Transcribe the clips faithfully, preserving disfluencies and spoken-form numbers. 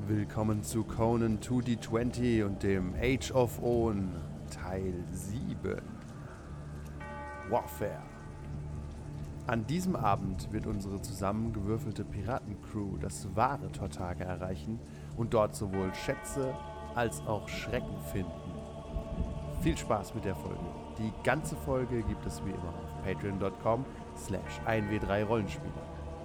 Willkommen zu Conan zwei D zwanzig und dem Age of Own Teil sieben. Warfare. An diesem Abend wird unsere zusammengewürfelte Piratencrew das wahre Tortage erreichen und dort sowohl Schätze als auch Schrecken finden. Viel Spaß mit der Folge. Die ganze Folge gibt es wie immer auf patreon punkt com slash eins w drei Rollenspieler.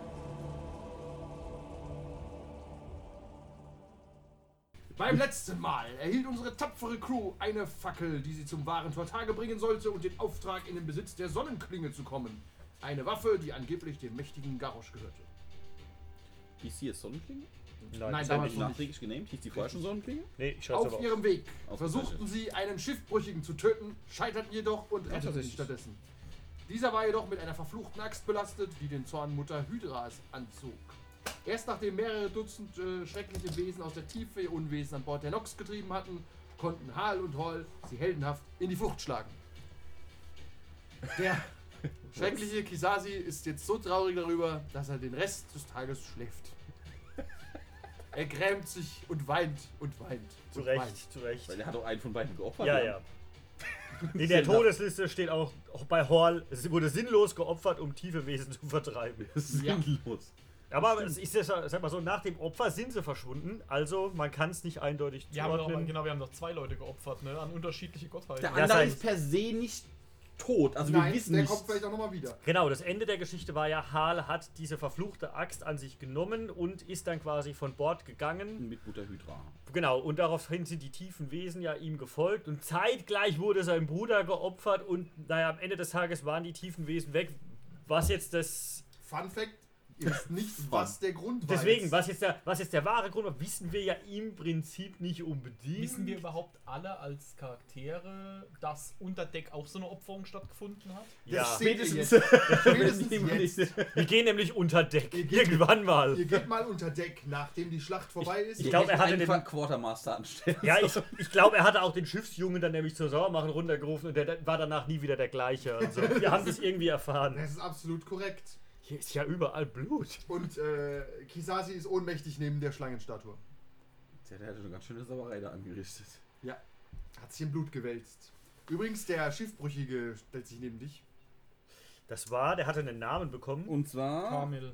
Beim letzten Mal erhielt unsere tapfere Crew eine Fackel, die sie zum wahren Tortage bringen sollte und den Auftrag, in den Besitz der Sonnenklinge zu kommen. Eine Waffe, die angeblich dem mächtigen Garrosh gehörte. Hieß die jetzt Sonnenklinge? Nein, Nein, damals nicht noch nachträglich genannt. Hieß die vorher schon Sonnenklinge? Nee, ich schreibe Auf ihrem Weg Ausgezeichnet. versuchten sie, einen Schiffbrüchigen zu töten, scheiterten jedoch und retteten ihn tatsächlich. stattdessen. Dieser war jedoch mit einer verfluchten Axt belastet, die den Zorn Mutter Hydras anzog. Erst nachdem mehrere Dutzend äh, schreckliche Wesen aus der Tiefe ihr Unwesen an Bord der Nox getrieben hatten, konnten Hal und Hall sie heldenhaft in die Flucht schlagen. Der schreckliche Kisasi ist jetzt so traurig darüber, dass er den Rest des Tages schläft. Er grämt sich und weint und weint. Zu und Recht, weint. zu Recht. Weil er hat doch einen von beiden geopfert. Ja, oder? ja. In der Todesliste steht auch, auch bei Hall, es wurde sinnlos geopfert, um tiefe Wesen zu vertreiben. Das ist Ja. sinnlos. Aber es ist ja, sag mal so, nach dem Opfer sind sie verschwunden, also man kann es nicht eindeutig Wir haben doch, zuordnen. genau, wir haben doch zwei Leute geopfert, ne? An unterschiedliche Gottheiten. Der Ja, andere sein- ist per se nicht tot. Also Nein, wir wissen der nicht. kommt vielleicht auch nochmal wieder. Genau, das Ende der Geschichte war ja, Hal hat diese verfluchte Axt an sich genommen und ist dann quasi von Bord gegangen. Mit Mutter Hydra. Genau, und daraufhin sind die tiefen Wesen ja ihm gefolgt und zeitgleich wurde sein Bruder geopfert und naja, am Ende des Tages waren die tiefen Wesen weg. Was jetzt das... Fun Fact, ihr wisst nicht, was der Grund war. Deswegen, jetzt. was jetzt, der, was jetzt der wahre Grund war, wissen wir ja im Prinzip nicht unbedingt. Wissen wir überhaupt alle als Charaktere, dass unter Deck auch so eine Opferung stattgefunden hat? Ja, Das seht ihr Spätestens. jetzt. Spätestens jetzt. wir gehen nämlich unter Deck. Ihr geht- Irgendwann mal. Ihr geht mal unter Deck, nachdem die Schlacht vorbei ist. ich glaub, er hatte einfach den- Quartermaster anstellen. Ja, ich, ich glaube, er hatte auch den Schiffsjungen dann nämlich zur Sauermachen runtergerufen und der, der war danach nie wieder der gleiche. Also, wir haben das irgendwie erfahren. Das ist absolut korrekt. Hier ist ja überall Blut. Und äh, Kisasi ist ohnmächtig neben der Schlangenstatue. Der, der hat eine ganz schöne Sauerei da angerichtet. Ja, hat sich in Blut gewälzt. Übrigens, der Schiffbrüchige stellt sich neben dich. Das war, der hatte einen Namen bekommen. Und zwar. Kamil.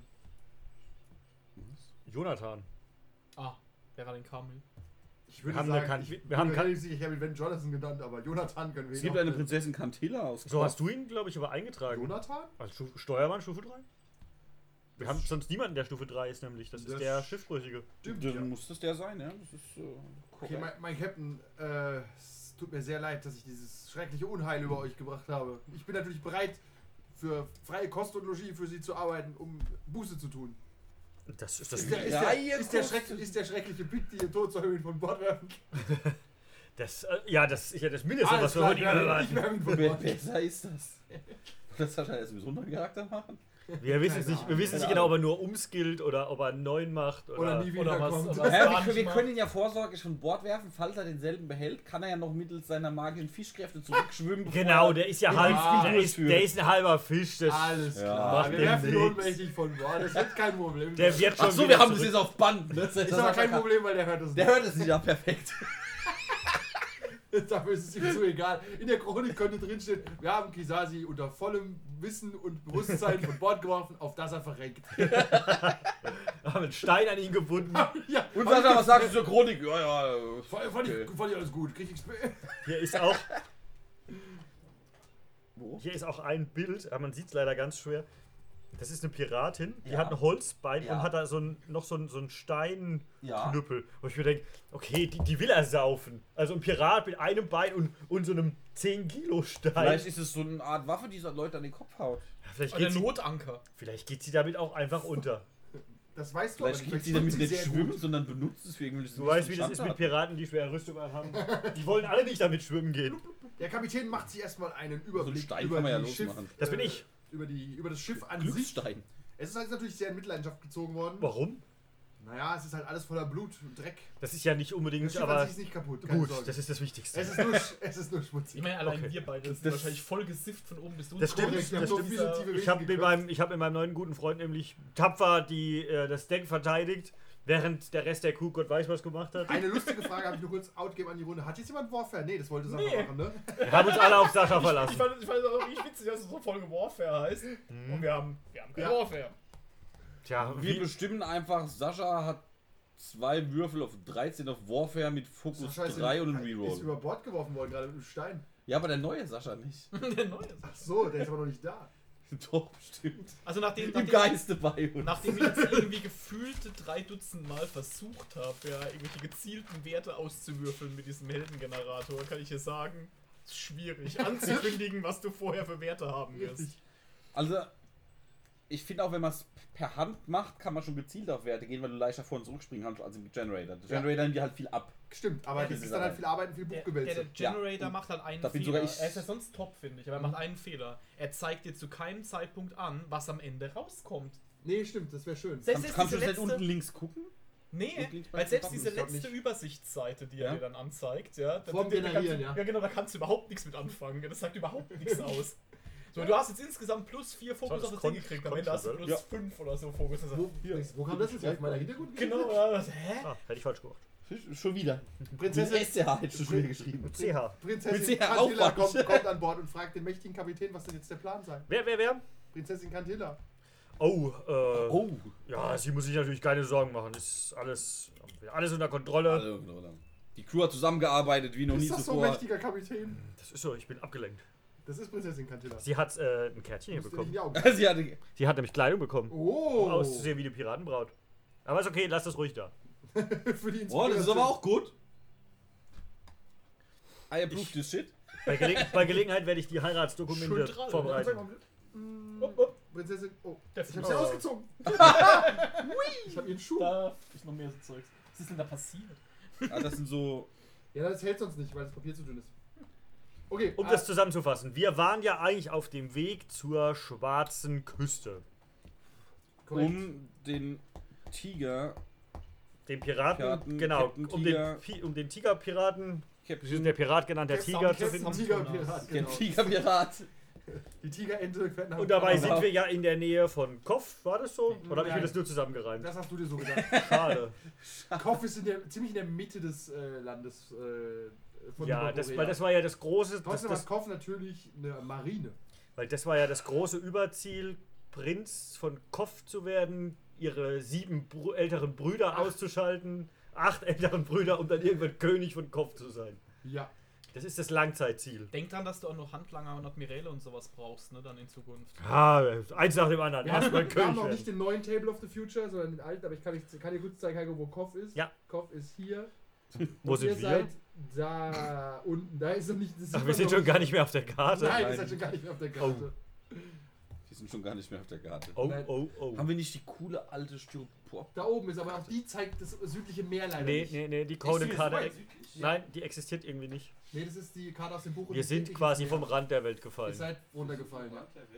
Jonathan. Ah, wer war denn Kamil? Ich würde Wir haben sagen, eine Kan- ich, wir wir haben haben Kan- ich habe ihn Ben Jonathan genannt, aber Jonathan können wir Es ihn gibt auch eine nennen. Prinzessin Cantilla aus. So hast du ihn, glaube ich, aber eingetragen. Jonathan? Als Stu Steuermann Stufe drei? Wir haben sonst niemanden, der Stufe drei ist, nämlich. Das, Das ist der Schiffbrüchige. Stimmt, Dann ja. muss das der sein, ja. Das ist. Äh, Okay, mein, mein Captain, äh, es tut mir sehr leid, dass ich dieses schreckliche Unheil über euch gebracht habe. Ich bin natürlich bereit, für freie Kost und Logis für sie zu arbeiten, um Buße zu tun. Das ist das. Ist der, ist Ja, der, ihr ist der, Kost- schreck, ist der schreckliche Pit, die ihr Tod soll ihn von Bord werfen? das äh, ja, das ist ja das Mindeste, Alles was wir klar, heute ja, ich erwarten. werfe ihn von Wer Bord. besser ist das? Das hat er jetzt sowieso einen Charakter machen. Wir wissen Keine es nicht, wir Ahnung. wissen nicht Keine genau, ob er nur umskillt oder ob er einen neuen macht. Oder, Oder nie Oder was- wiederkommt. oder- Ja, gar wir, nicht wir mal. können ihn ja vorsorglich von Bord werfen, falls er denselben behält, kann er ja noch mittels seiner magischen Fischkräfte zurückschwimmen. bevor Genau, er- der ist ja den halb, Kampf der ist, der ist ein halber Fisch. Das, Alles Ja. klar, Macht wir dem werfen ihn nichts. ohnmächtig von Bord, das wird kein Problem. der wird schon Ach so, wieder wir haben das zurück- jetzt auf Band. Ne? Das ist aber kein Problem, weil der hört es Der nicht. hört es nicht, ja, perfekt. Dafür ist es ihm so egal. In der Chronik könnte drinstehen, wir haben Kisasi unter vollem Wissen und Bewusstsein von Bord geworfen, auf das er verreckt. haben einen Stein an ihn gebunden. Ja, Und Sascha, was sagst du zur Chronik? Ja, ja. fand, fand, ich, fand ich alles gut. Krieg ich X P. Hier ist auch, Wo? hier ist auch ein Bild, aber man sieht es leider ganz schwer. Das ist eine Piratin, die Ja. hat ein Holzbein Ja. und hat da so ein, noch so ein, so ein Steinknüppel. Ja. Wo ich mir denke, okay, die, die will er saufen. Also ein Pirat mit einem Bein und, und so einem zehn Kilo Stein. Vielleicht ist es so eine Art Waffe, die so Leute an den Kopf haut. Ja, vielleicht, Oder geht sie, Notanker. vielleicht geht sie damit auch einfach unter. Das weißt du, Vielleicht aber kriegt sie schwimmt damit nicht sehr schwimmen, gut. sondern benutzt es für irgendwelches Du weißt, wie das ist mit Piraten, die schwere Rüstung anhaben. Die wollen alle nicht damit schwimmen gehen. Der Kapitän macht sich erstmal einen Überblick Stein über, kann man ja die losmachen. Schiff, Das bin äh, ich. über, die, über das Schiff an sich. Glücksstein. Es ist halt natürlich sehr in Mitleidenschaft gezogen worden. Warum? Naja, es ist halt alles voller Blut und Dreck. Das ist ja nicht Das unbedingt, Schiff an aber sich ist nicht kaputt, keine gut, Sorge. das ist das Wichtigste. Es ist nur, sch- es ist nur schmutzig. Ich meine, allein Okay. wir beide sind Das- wahrscheinlich voll gesifft von oben bis unten. Das stimmt, Korrekt, wir haben das so stimmt. viele tiefe Ich Wesen habe mit, geköpft. meinem- ich hab mit meinem neuen guten Freund nämlich tapfer die, äh, das Deck verteidigt. während der Rest der Crew Gott weiß was gemacht hat. Eine lustige Frage habe ich nur kurz outgeben an die Runde. Hat jetzt jemand Warfare? Nee, das wollte Sascha Nee. machen, ne? Wir haben uns alle auf Sascha Ich verlassen. fand, ich fand es auch richtig witzig, dass unsere Folge Warfare heißt. Und wir haben, wir haben keine Ja. Warfare. Tja, Wir wie, bestimmen einfach, Sascha hat zwei Würfel auf dreizehn auf Warfare mit Fokus Sascha ist drei in- und einem Ist Reroll. über Bord geworfen worden, gerade mit dem Stein. Ja, aber der neue Sascha nicht. Der neue. Ach so, der ist aber noch nicht da. Doch, bestimmt. Also nachdem, Im nachdem, Geiste bei uns. nachdem ich jetzt irgendwie gefühlte drei Dutzend Mal versucht habe, ja, irgendwelche gezielten Werte auszuwürfeln mit diesem Heldengenerator, kann ich dir sagen, es ist schwierig anzukündigen, was du vorher für Werte haben wirst. Richtig. Also, ich finde auch, wenn man es per Hand macht, kann man schon gezielt auf Werte gehen, weil du leichter vor und zurückspringen kannst als im Generator. Der Ja. Generator nimmt dir halt viel ab. Stimmt, aber Ja, das das ist ist dann halt aber- viel Arbeit und viel Der, der, Buchgewälze. der Generator Ja, macht halt einen da bin Fehler. sogar ich- Er ist ja sonst top, finde ich, aber er macht einen Fehler. Er zeigt dir zu keinem Zeitpunkt an, was am Ende rauskommt. Nee, stimmt, das wäre schön. Selbst Kannst, kannst du diese nicht letzte- unten links gucken? Nee, Und links bei weil selbst den diese Buttons, ich letzte glaub Übersichtsseite, die er Ja. dir dann anzeigt, ja, da, Vorm da, da kannst Generieren, du, ja. ja genau, da kannst du überhaupt nichts mit anfangen. Das sagt überhaupt nichts aus. So, du hast jetzt insgesamt plus vier Fokus das auf das Ding Kon- gekriegt, am Ende hast du plus Ja. fünf oder so Fokus. Also, Wo, wo kam das jetzt her? Auf meiner Hintergrund? genau, ja, was, hä? ah, hätte ich falsch gemacht. Schon wieder. Prinzessin, Mit S C H hättest du schon wieder geschrieben. C H. Prinzessin Mit C H Cantilla auch kommt, falsch. kommt an Bord und fragt den mächtigen Kapitän, was denn jetzt der Plan sei. Wer, wer, wer? Prinzessin Cantilla. Oh, äh, Oh. ja, sie muss sich natürlich keine Sorgen machen. Ist alles, alles unter Kontrolle. Alle oder? Die Crew hat zusammengearbeitet wie noch nie Ist das so zuvor. mächtiger Kapitän? Das ist so, ich bin abgelenkt. Das ist Prinzessin Cantilla. Sie hat äh, ein Kärtchen hier Musst dir nicht bekommen. in die Augen. Sie hatte, Sie hat nämlich Kleidung bekommen, um Oh! auszusehen wie die Piratenbraut. Aber ist okay, lass das ruhig da. Für die oh, das ist aber auch gut. I approve Ich- this shit. Bei, Gele bei Gelegenheit werde ich die Heiratsdokumente Schön dran, vorbereiten. Mm, Upp, upp. Prinzessin. Oh, Der ich hab Fuß. sie ausgezogen. Ich hab ihren Schuh. Da ist noch mehr so Zeugs. Was ist denn da passiert? Ah, das sind so. Ja, das hält sonst nicht, weil das Papier zu dünn ist. Okay, Um ah, das zusammenzufassen, wir waren ja eigentlich auf dem Weg zur schwarzen Küste. korrekt. Um den Tiger. Den Piraten, Piraten, genau, Captain um Tiger. den, Pi- um den Tigerpiraten, Captain, der Pirat genannt, der Der Tiger Sound- zu der finden. Sound- Tigerpirat, den genau. Tigerpirat. Die Tigerente werden Und dabei Genau. sind wir ja in der Nähe von Koff, war das so? Oder habe ich mir Nein. das nur zusammengereimt? Das hast du dir so gedacht. Schade. Koff ist in der, ziemlich in der Mitte des äh, Landes äh, von Ja, das, Nordkorea. weil das war ja das große, das, Trotzdem das, hat Koff natürlich eine Marine. weil das war ja das große Überziel, Prinz von Koff zu werden, ihre sieben Br älteren Brüder auszuschalten, acht älteren Brüder, um dann irgendwann König von Koff zu sein. Ja. Das ist das Langzeitziel. Denk dran, dass du auch noch Handlanger und Admiräle und sowas brauchst, ne, dann in Zukunft. Ah, eins nach dem anderen. Wir haben, Erstmal wir haben König noch werden. nicht den neuen Table of the Future, sondern den alten, aber ich kann, ich kann dir kurz zeigen, Heiko, wo Koff ist. Ja. Koff ist hier. Wo Und sind ihr wir? seid da unten. Da ist er nicht. das sieht Ach, wir man sind noch schon nicht. gar nicht mehr auf der Karte. Nein, Nein. ihr seid schon gar nicht mehr auf der Karte. Die sind schon gar nicht mehr auf der Karte. Oh, Nein. oh, oh. Haben wir nicht die coole alte Styropor? Da oben ist, aber auch die zeigt das südliche Meer leider Nee, nicht. nee, nee, die Ist die so Code-Karte. weit südlich? Nein, die existiert irgendwie nicht. Nee, das ist die Karte aus dem Buch. und Wir das sind südliche quasi Meer. vom Rand der Welt Ihr gefallen. seid runtergefallen, ja.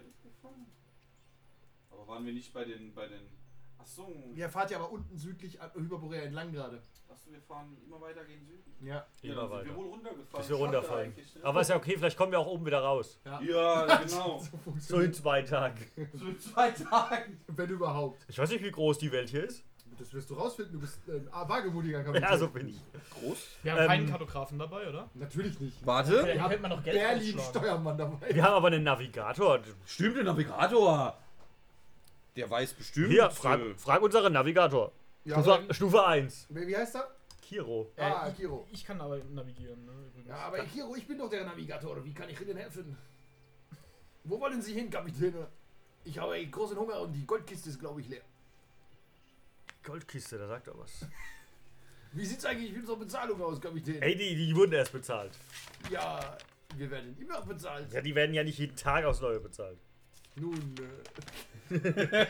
Aber waren wir nicht bei den. bei den. Achso. Ihr fahrt ja aber unten südlich an- Hyperborea entlang gerade. Achso, wir fahren immer weiter gegen Süden. Ja. Immer dann sind weiter. wir wohl runtergefallen. Bis wir runterfallen. Schade eigentlich, ne? Aber ist ja okay, vielleicht kommen wir auch oben wieder raus. Ja. Ja, genau. So So in funktioniert. zwei Tagen. So in zwei Tagen. Wenn überhaupt. Ich weiß nicht, wie groß die Welt hier ist. Das wirst du rausfinden. Du bist ein äh, wagemutiger Kapitän. Ja, so bin ich. Groß? Wir haben Ähm, keinen Kartografen dabei, oder? Natürlich nicht. Warte. Vielleicht habt könnte man noch Geld Berlin ausschlagen. Steuermann dabei. Wir haben aber einen Navigator. Stimmt, der Navigator. Der weiß bestimmt. Hier, frag, äh, frag unseren Navigator. Ja, Stufe, aber, Stufe eins. wie heißt er? Kiro. Äh, Ah, ich, Kiro. ich kann aber navigieren, ne, übrigens. Ja, aber Kiro, ich bin doch der Navigator. Wie kann ich Ihnen helfen? Wo wollen Sie hin, Kapitän? Ich habe einen großen Hunger und die Goldkiste ist, glaube ich, leer. Goldkiste, da sagt er was. Wie sieht's eigentlich mit unserer Bezahlung aus, Kapitän? Ey, die, die wurden erst bezahlt. Ja, wir werden immer bezahlt. Ja, die werden ja nicht jeden Tag aufs Neue bezahlt. Nun, äh.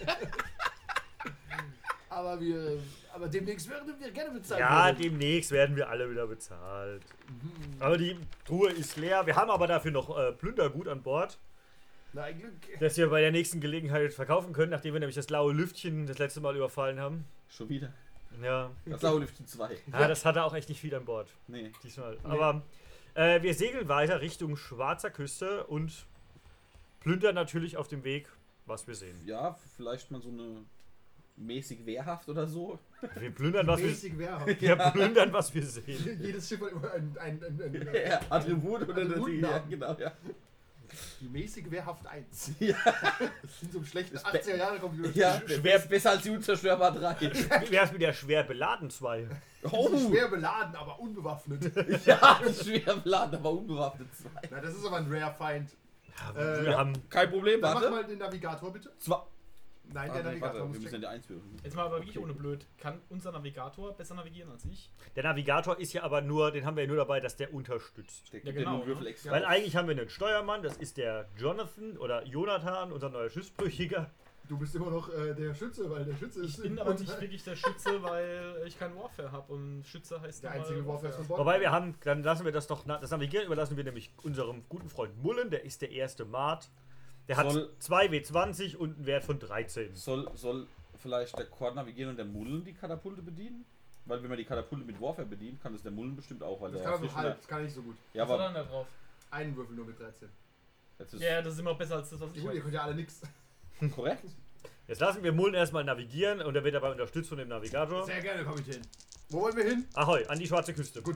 aber wir, aber demnächst werden wir gerne bezahlt. Ja, werden. demnächst werden wir alle wieder bezahlt. Mhm. Aber die Truhe ist leer. Wir haben aber dafür noch äh, Plündergut an Bord, Na, ein Glück. das wir bei der nächsten Gelegenheit verkaufen können, nachdem wir nämlich das blaue Lüftchen das letzte Mal überfallen haben. Schon wieder. Ja, Das Sauerlüftchen zwei. ja das hatte auch echt nicht viel an Bord Nee. diesmal. Aber äh, wir segeln weiter Richtung Schwarzer Küste und plündern natürlich auf dem Weg, was wir sehen. Ja, vielleicht mal so eine mäßig wehrhaft oder so. Wir plündern, was wir, Mäßig wehrhaft. wir plündern, was wir sehen. Jedes Schiff hat immer ein, ein, ein, ein, ein Ja, Attribut oder Attributen ja, haben. genau, ja. Die mäßig wehrhaft eins. Ja. Das sind so ein schlechten Das achtziger Jahre Computer. Ja, Schwer- schwer besser als die unzerstörbar drei. Wer ist mit der schwer beladen zwei? Oh, Schwer beladen, aber unbewaffnet. ja, schwer beladen, aber unbewaffnet zwei. Na, das ist aber ein Rare-Find. Ja, Äh, wir haben. Kein Problem, Dann mach warte. mal den Navigator bitte. Zwei. Nein, Ah, der nee, Navigator warte, muss wir müssen ja checken. die eins würfeln. Jetzt mal aber wirklich ohne blöd. Kann unser Navigator besser navigieren als ich? Der Navigator ist ja aber nur, den haben wir ja nur dabei, dass der unterstützt. Der Ja, gibt genau, ja nur Würfel ne? extra. Weil eigentlich haben wir einen Steuermann, das ist der Jonathan oder Jonathan, unser neuer Schiffsbrüchiger. Du bist immer noch äh, der Schütze, weil der Schütze ist Ich bin aber nicht wirklich der Schütze, weil ich kein Warfare habe und Schütze heißt der nun mal einzige Warfare von Bord. Wobei wir haben, dann lassen wir das doch, das Navigieren überlassen wir nämlich unserem guten Freund Mullen, der ist der erste Mart. Der hat Soll- zwei W zwanzig und einen Wert von dreizehn. Soll, soll vielleicht der Korn navigieren und der Mullen die Katapulte bedienen? Weil wenn man die Katapulte mit Warfare bedient, kann das der Mullen bestimmt auch. Weil Das der kann er so frisch- halb, das kann er nicht so gut. Ja, Was hat er aber denn da drauf? Einen Würfel nur mit dreizehn. jetzt ist Ja, das ist immer besser als das, was ich Gut, ihr habe. könnt ja alle nix. korrekt. Jetzt lassen wir Mullen erstmal navigieren und er wird dabei unterstützt von dem Navigator. Sehr gerne, Kapitän. Wo wollen wir hin? Ahoi, an die schwarze Küste. Gut.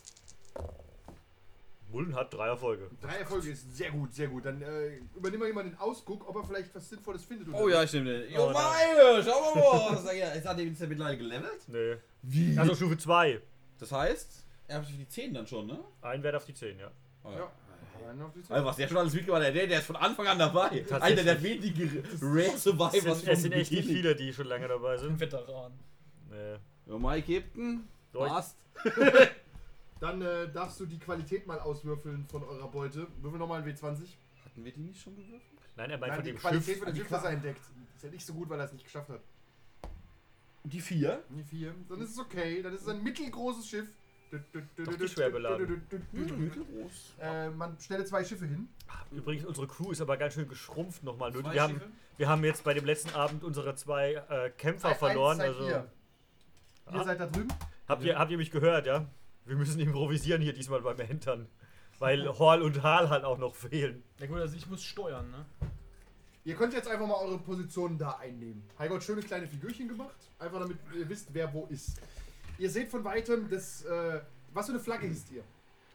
Mullen hat drei Erfolge. Drei Erfolge ist sehr gut, sehr gut. Dann äh, übernehmen wir jemand den Ausguck, ob er vielleicht was Sinnvolles findet. Oh ja, ich nehme den. Jo, Oh, meine, schau mal mal. Jetzt hat er jetzt mittlerweile gelevelt. Nee. Wie? Also Stufe zwei. Das heißt, er hat die zehn dann schon, ne? Ein Wert auf die zehn, ja. Oh, Ja. Einen auf die Zeit. Also was der schon alles mitgemacht hat, der, der ist von Anfang an dabei. Tatsächlich. Einer der wenigen Rare Es Survivors sind, es sind echt nicht viele, die schon lange dabei Ein sind. Veteran. Nee. Jo, mein Captain. So, ich- Passt. Dann äh, darfst du die Qualität mal auswürfeln von eurer Beute. Würfel nochmal ein W zwanzig. Hatten wir die nicht schon gewürfelt? Nein, er meint Nein, von die dem Qualität Schiff. von dem die Schiff, das Qua- er entdeckt. Ist ja nicht so gut, weil er es nicht geschafft hat. Die vier? Die vier. Dann ist es okay. Dann ist es ein mittelgroßes Schiff. Doch nicht schwer beladen. Mittelgroß. Äh, man stelle zwei Schiffe hin. Übrigens, unsere Crew ist aber ganz schön geschrumpft nochmal. Zwei Wir haben, Schiffe? wir haben jetzt bei dem letzten Abend unsere zwei äh, Kämpfer Eins verloren. seid Also, ihr. Ihr Ah. seid da drüben. habt, ihr, habt ihr mich gehört, ja? Wir müssen improvisieren hier diesmal beim Entern. Weil Horl und Hal halt auch noch fehlen. Ja gut, also ich muss steuern, ne? Ihr könnt jetzt einfach mal eure Positionen da einnehmen. Heigott, schöne kleine Figürchen gemacht. Einfach damit ihr wisst, wer wo ist. Ihr seht von weitem das. Äh, was für eine Flagge hisst ihr?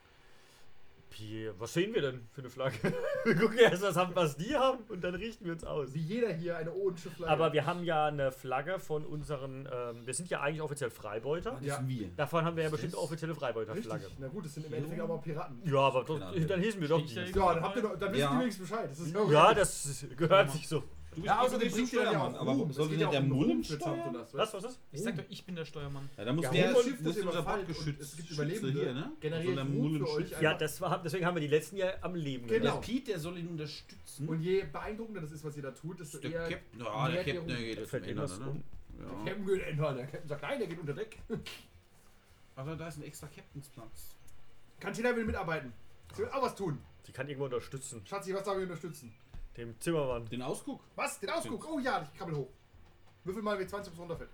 Wie, was sehen wir denn für eine Flagge? Wir gucken erst, was, haben, was die haben und dann richten wir uns aus. Wie jeder hier eine odische Flagge. Aber wir haben ja eine Flagge von unseren. Ähm, wir sind ja eigentlich offiziell Freibeuter. Das Ja. sind wir. Davon haben wir ja Das bestimmt ist offizielle Freibeuterflagge. Richtig. Na gut, das sind im Endeffekt aber auch Piraten. Ja, aber doch, Genau. dann hießen wir doch Steht die. Ja, dann habt ihr doch, dann wissen Ja. die wenigstens Bescheid. Das ist Ja, das gehört sich so. Du Ja, außerdem bringt ihr dann ja Steuermann, auch aber Ruhm. Es sollte geht nicht ja der auch um Mullen Ruhm für Zamt und steuern? das, Was, was ist? Ich sag doch, ich bin der Steuermann. Ja, da muss Ja, der Ruhm und Schiff, muss das ihr unser überfallt Bord und geschützt. es gibt Schütze Überlebende. hier, ne? Generiert Soll der Ruhm Mullen für euch stützen? Ja, das war, deswegen haben wir die letzten ja am Leben Genau. gelassen. Der Pete, der soll ihn unterstützen. Und je beeindruckender das ist, was ihr da tut, desto der eher. Captain, ja, der nährt ihr Captain, der Ruhm. geht Da jetzt fällt zum Ende, irgendwas ne? um. Der Ja. Captain geht ändern. Der Captain sagt, nein, der geht unter Deck. Aber da ist ein extra Captainsplatz. Cantina will mitarbeiten. Sie will auch was tun. Die kann irgendwo unterstützen. Schatzi, was darf ich unterstützen? Dem Zimmermann. Den Ausguck. Was? Den Ausguck? Oh ja, ich krabbel hoch. Würfel mal W zwanzig, bis runterfällt.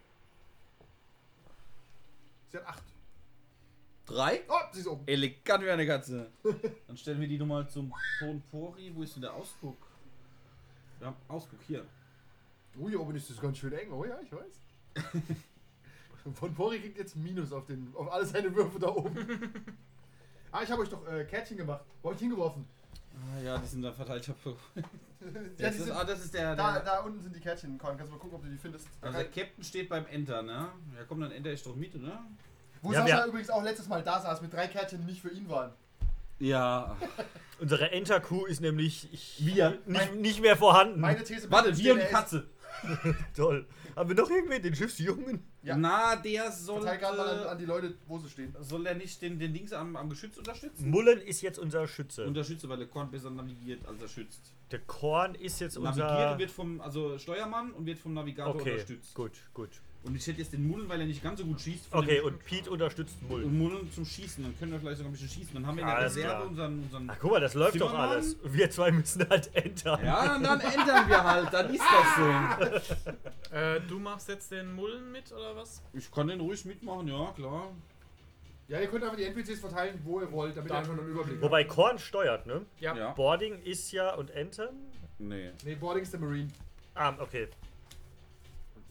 Sie hat acht. Drei. Oh, sie ist oben. Elegant wie eine Katze. Dann stellen wir die nochmal zum Tonpori. Wo ist denn der Ausguck? Wir haben Ausguck hier. Oh, hier oben ist das ganz schön eng. Oh ja, ich weiß. Von Pori kriegt jetzt Minus auf, den, auf alle seine Würfe da oben. Ah, ich habe euch doch äh, Kärtchen gemacht. Wo hab ich hingeworfen? Ah ja, die sind da verteilt. Ich hab, Ja, das, die ist, sind, ah, das ist der. da, der da unten sind die Kärtchen. Korn, kannst du mal gucken, ob du die findest. also der Captain steht beim Enter, ne? Ja komm, dann enter ich doch mit, oder? Wo Ja, Sascha wir- übrigens auch letztes Mal da saß mit drei Kärtchen, die nicht für ihn waren. Ja. Unsere Enter-Crew ist nämlich ich, Wir. nicht, nicht mehr vorhanden. Meine These Warte, besteht, wir und die er ist- Katze. Toll. Haben wir noch irgendwen? Den Schiffsjungen? Ja. Na, der soll. Verteil gerade mal an, an die Leute, wo sie stehen. Soll der nicht den, den Dings am, am Geschütz unterstützen? Mullen ist jetzt unser Schütze. Unterstütze, weil der Korn besser navigiert, als er schützt. Der Korn ist jetzt Navigiert unser. und wird vom, also Steuermann und wird vom Navigator Okay, unterstützt. gut, gut. Und ich hätte jetzt den Mullen, weil er nicht ganz so gut schießt. von Okay, dem- und Pete unterstützt und Mullen. Mullen zum Schießen. Dann können wir vielleicht sogar ein bisschen schießen. Dann haben wir in der Alles Reserve klar. unseren. unseren Ach, guck mal, das läuft doch Zimmermann? alles. Wir zwei müssen halt entern. ja, und dann ändern wir halt. Dann ist das so. Äh, du machst jetzt den Mullen mit, oder was? Ich kann den ruhig mitmachen, ja, klar. Ja, ihr könnt einfach die N P Cs verteilen, wo ihr wollt, damit ihr Dann- einfach nur einen Überblick habt. Wobei Korn steuert, ne? Ja. Ja. Boarding ist ja und Entern. Nee. Nee, Boarding ist der Marine. Ah, okay.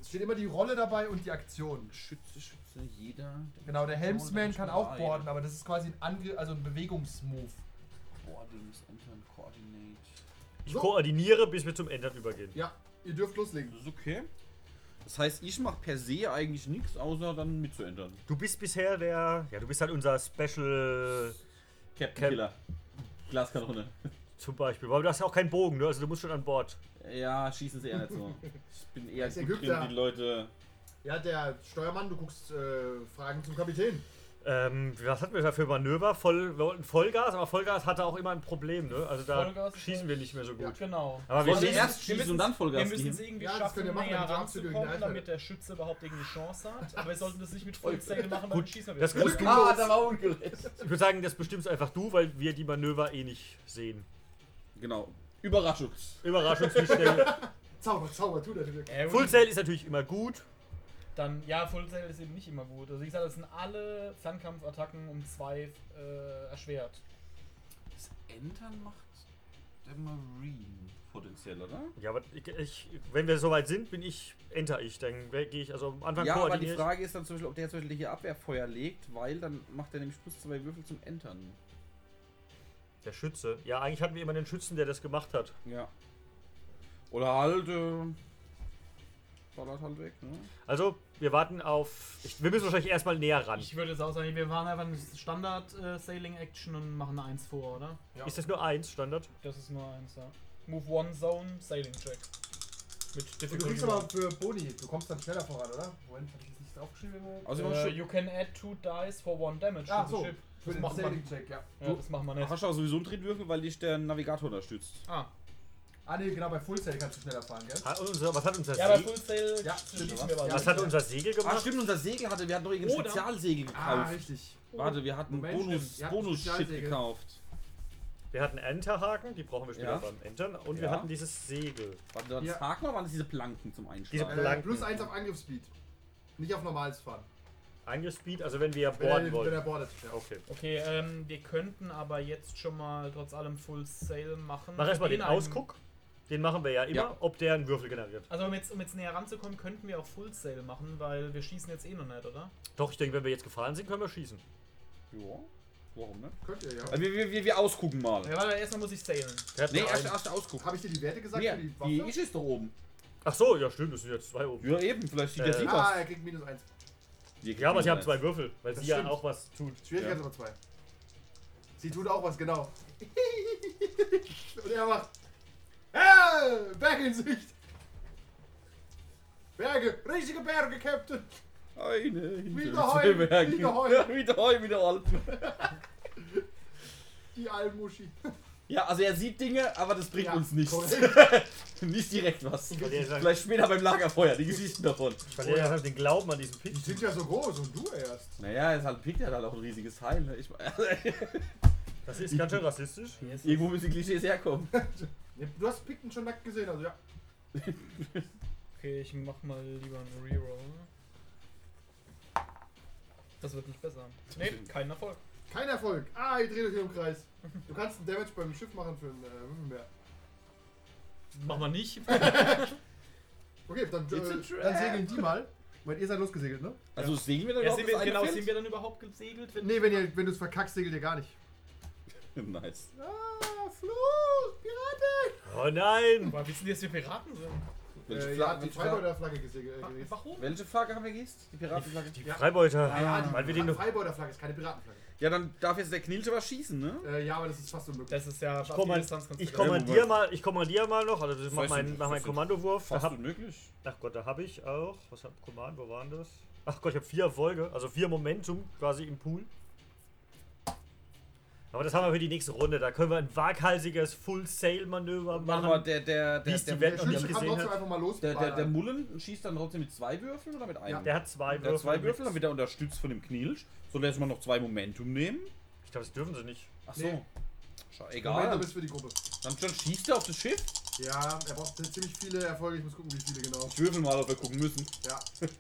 Es steht immer die Rolle dabei und die Aktion. Schütze, Schütze, jeder. Genau, der Helmsman kann auch Beide. boarden, aber das ist quasi ein Angriff, also ein Bewegungsmove. Boardings, Entern, Coordinate. Ich So. koordiniere, bis wir zum Ändern übergehen. Ja, ihr dürft loslegen. Das ist okay. Das heißt, ich mache per se eigentlich nichts, außer dann mitzuändern. Du bist bisher der. Ja, du bist halt unser Special Captain Cap- Killer. Glaskanone. zum Beispiel. Aber du hast ja auch keinen Bogen, ne? Also du musst schon an Bord. Ja, schießen sie eher nicht so. Ich bin eher Ist gut Ägypter. drin, die Leute. Ja, der Steuermann, du guckst äh, Fragen zum Kapitän. Ähm, was hatten wir da für Manöver? Voll, wir wollten Vollgas, aber Vollgas hatte auch immer ein Problem, ne? Also da Vollgas ist schießen wir nicht mehr so gut. Genau. Aber wir Sollen wir schießen, erst schießen und dann Wir Vollgas müssen es geben? irgendwie Ja, das schaffen, könnt ihr machen, näher damit ihr Abzüge ranzukommen, gegen die damit der Schütze überhaupt irgendeine Chance hat. Aber wir sollten das nicht mit Vollsail machen, weil Gut, dann schießen wir das wieder. musst du Ah, uns- da war ungerecht. Ich würde sagen, das bestimmst einfach du, weil wir die Manöver eh nicht sehen. Genau. Überraschung. Überraschung, wie schnell. Zauber, Zauber, tu das wieder. Ja, gut. Full Sail ist natürlich immer gut. Dann, ja, Fullsail ist eben nicht immer gut. Also wie gesagt, das sind alle Fernkampfattacken um zwei äh, erschwert. Das Entern macht der Marine potenziell, oder? Ja, aber ich, ich, wenn wir soweit sind, bin ich, enter ich. Dann gehe ich, also am Anfang Ja, aber die koordiniere ich. Frage ist dann zum Beispiel, ob der zum Beispiel hier Abwehrfeuer legt, weil dann macht er nämlich plus zwei Würfel zum Entern. Der Schütze. Ja, eigentlich hatten wir immer den Schützen, der das gemacht hat. Ja. Oder halt, äh, ballert halt weg, ne? Also, wir warten auf. Ich, wir müssen wahrscheinlich erstmal näher ran. Ich würde jetzt auch sagen, wir machen einfach eine Standard-Sailing-Action und machen eine eins vor, oder? Ja. Ist das nur eins Standard? Das ist nur eins, ja. Move One Zone, Sailing-Check. Mit Und du Difficulty kriegst one. aber für Boni, du kommst dann schneller voran, oder? Moment, hab ich das nicht aufgeschrieben? irgendwo? Also, Äh, äh, you can add two dice for one damage Ah, to the so. ship. Für Das den macht man, Sailing-Check, ja. ja, das machen wir nicht. hast du auch sowieso einen Trittwürfel, weil dich der Navigator unterstützt. Ah, Ah ne, genau, bei Full Sail kannst du schneller fahren, gell? Hat unser, was hat unser ja, bei Segel? Fullsail Ja, schließen stimmt, wir was. ja. Was hat unser Segel Ah, gemacht? stimmt, unser Segel hatte, wir hatten doch irgendein Oder- Spezialsegel Ah, gekauft. richtig. Warte, wir hatten Moment, Bonus, stimmt. Ihr habt ein Bonus-Shit Spezialsegel. gekauft. Wir hatten Enterhaken, die brauchen wir später Ja. beim Entern. Und wir Ja. hatten dieses Segel. Warte, das Ja. Haken oder waren das diese Planken zum Diese Einschlagen? Äh, Blanken. plus eins auf Angriffsspeed. Nicht auf normales Fahren. Angespeed, also wenn wir Wenn boarden er, wenn wollen. er boardet. Ja. Okay. Okay, ähm, wir könnten aber jetzt schon mal trotz allem Full Sail machen. Mach erstmal Wir den gehen Ausguck. Den machen wir ja immer, Ja. ob der einen Würfel generiert. Also um jetzt, um jetzt näher ranzukommen, könnten wir auch Full Sail machen, weil wir schießen jetzt eh noch nicht, oder? Doch, ich denke, wenn wir jetzt gefahren sind, können wir schießen. Ja, warum ne? Könnt ihr, ja. Also wir, wir, wir, wir ausgucken mal. Ja, warte, erstmal muss ich sailen. Der hat Nee, nur erst, einen. erst ausgucken. Habe ich dir die Werte gesagt Nee, für die Waffe? die ich ist doch oben. Ach so, ja stimmt, das sind jetzt zwei oben. Ja, eben, vielleicht sieht Äh, der sie ah, was. er kriegt minus eins. Ja, aber sie haben zwei Würfel, weil Das sie ja stimmt. auch was tut. Schwierigkeit Ja. Nummer zwei. Sie tut auch was, genau. Und er macht. Äh, Berge in Sicht! Berge! Riesige Berge, Captain! Eine hinter Wieder den Heu, Bergen. wieder Heu. Ja, wieder Heu, wieder Alpen. Die Almuschi. Ja, also er sieht Dinge, aber das bringt Ja, uns nichts. korrekt. Nicht direkt was. Weil er, Vielleicht später beim Lagerfeuer, die Geschichten davon. weil er hat den Glauben an diesen Pick. Die sind ja so groß und du erst. Naja, er ist halt ein Pick, der hat halt auch ein riesiges Heil. Ne? Ich, Das ist ganz schön rassistisch. irgendwo müssen die Klischees herkommen. Du hast Picken schon nackt gesehen, also ja. Okay, ich mach mal lieber einen Reroll. Das wird nicht besser. Nee, kein Erfolg. Kein Erfolg. Ah, ihr dreht euch hier im Kreis. Du kannst einen Damage beim Schiff machen für einen äh, Würfel mehr. Mach mal nicht. Okay, dann, It's a äh, trap. dann segeln die mal. Weil ihr seid losgesegelt, ne? Also sehen wir dann Ja, überhaupt sind wir, das eine genau, Feld? sind wir dann überhaupt gesegelt? Wenn Nee, wenn ihr wenn du es verkackst, segelt ihr gar nicht. Nice. Ah, Fluch! Piraten! Oh nein! Woher wissen die, dass wir Piraten sind? Welche, Äh, Fla ja, die welche, Fla Freibeuter-Flagge gesegelt. Äh, Wa- gewesen. Warum? welche Flagge haben wir gehisst? Die Piratenflagge? Die Ja. Freibeuter. Ja, die weil wir den noch. Freibeuter-Flagge ist keine Piratenflagge. Ja, dann darf jetzt der Knilche was schießen, ne? Äh, ja, aber das ist fast unmöglich. Das ist ja Ich, kommand Distanz kannst du ich da- kommandiere mal, ich kommandiere mal noch, also das macht heißt, mein, mach mein fast- Kommandowurf. Da Fast hab, unmöglich. ach Gott, da habe ich auch. Was hab Command, wo waren das? Ach Gott, ich habe vier Erfolge, also vier Momentum quasi im Pool. Aber das haben wir für die nächste Runde. Da können wir ein waghalsiges Full-Sail-Manöver Warte mal, machen. der, der, Wie der, ist die der, Welt Der noch nicht Schütze kann gesehen trotzdem hat. einfach mal los. der, der, der Mullen schießt dann trotzdem mit zwei Würfeln oder mit einem? Der hat zwei Der hat zwei mit- Würfel, dann wird er unterstützt von dem Knilch. Soll er jetzt mal noch zwei Momentum nehmen? Ich glaube, das dürfen sie nicht. Ach so. Nee. Schau, Egal. egal. ist für die Gruppe. Dann schon schießt er auf das Schiff. Ja, er braucht ziemlich viele Erfolge. Ich muss gucken, wie viele genau. Ich würfel mal, ob wir gucken müssen. Ja,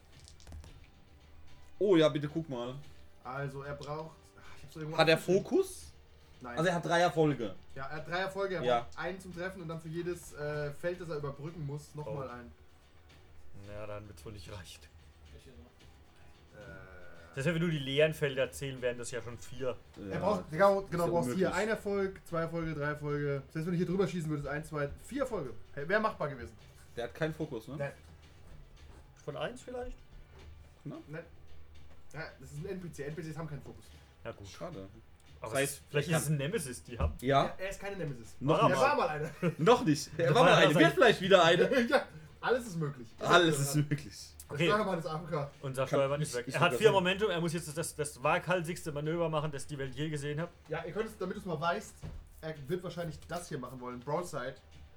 Oh ja, bitte guck mal. also er braucht. Ach, ich hab's irgendwo Hat er aufgeschrieben. Fokus? Nein. Also er hat drei Erfolge. ja, er hat drei Erfolge. Er Ja. braucht einen zum Treffen und dann für jedes äh, Feld, das er überbrücken muss, nochmal Oh. einen. Ja, dann wird es wohl nicht reichen. Äh, Das heißt, wenn du die leeren Felder zählen, wären das ja schon vier. Er braucht, genau, genau, ja brauchst unmöglich. hier ein Erfolg, zwei Erfolge, drei Erfolge. Selbst wenn du hier drüber schießen würdest, ein, zwei, vier Erfolge. Hey, wäre machbar gewesen. Der hat keinen Fokus, ne? Nein. Von eins vielleicht? Nein. Ja, das ist ein N P C. N P Cs haben keinen Fokus. Ja gut. Schade. Aber Das heißt, es- vielleicht ist es ein Nemesis, die haben. Ja, Er ist keine Nemesis. noch War nicht. Er war mal einer. Noch nicht. Er Das war mal war- eine. das Wird war- vielleicht wieder eine. Ja, alles ist möglich. Alles ist möglich. Okay. Das Steuermann ist A F K. Unser Kann- Steuermann ist ist- weg. ist Er hat sogar vier sein. Momentum, er muss jetzt das, das, das waghalsigste Manöver machen, das die Welt je gesehen hat. Ja, ihr könnt es, damit du es mal weißt, er wird wahrscheinlich das hier machen wollen. Broadside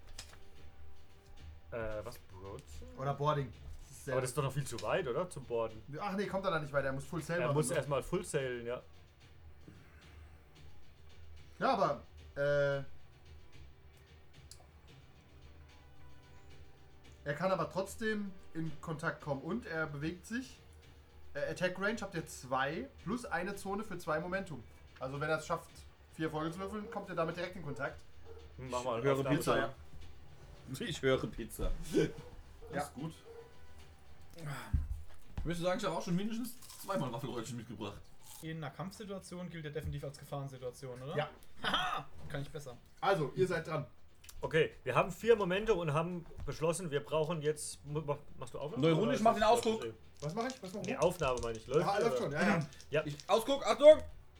Äh, was? Broadside? oder Boarding. Das ist sehr Aber das ist doch noch viel zu weit, oder? Zum Borden. Ach nee, kommt er da nicht weiter. Er muss Full Sail Er machen. muss erstmal Full Sailen, ja. Ja, aber äh, er kann aber trotzdem in Kontakt kommen und er bewegt sich. Äh, Attack Range habt ihr zwei plus eine Zone für zwei Momentum. Also wenn er es schafft, vier Folgen zu würfeln, kommt er damit direkt in Kontakt. Mach mal. Ich höre Aufnahme. Pizza. Ich höre Pizza. Ja. Ist gut. Ich möchte sagen, ich habe auch schon mindestens zweimal Waffelröllchen mitgebracht. In einer Kampfsituation gilt er definitiv als Gefahrensituation, oder? Ja. Haha! Kann ich besser. Also, ihr seid dran. Okay, wir haben vier Momentum und haben beschlossen, wir brauchen jetzt. mach- Machst du Aufnahme? Neue Runde, Oder ich ist mach das- den Ausguck. Was mache ich? Was mache Nee, ich? Aufnahme meine ich. Läuft, Ja, läuft oder? schon, ja, ja. Ich, Ausguck, Achtung!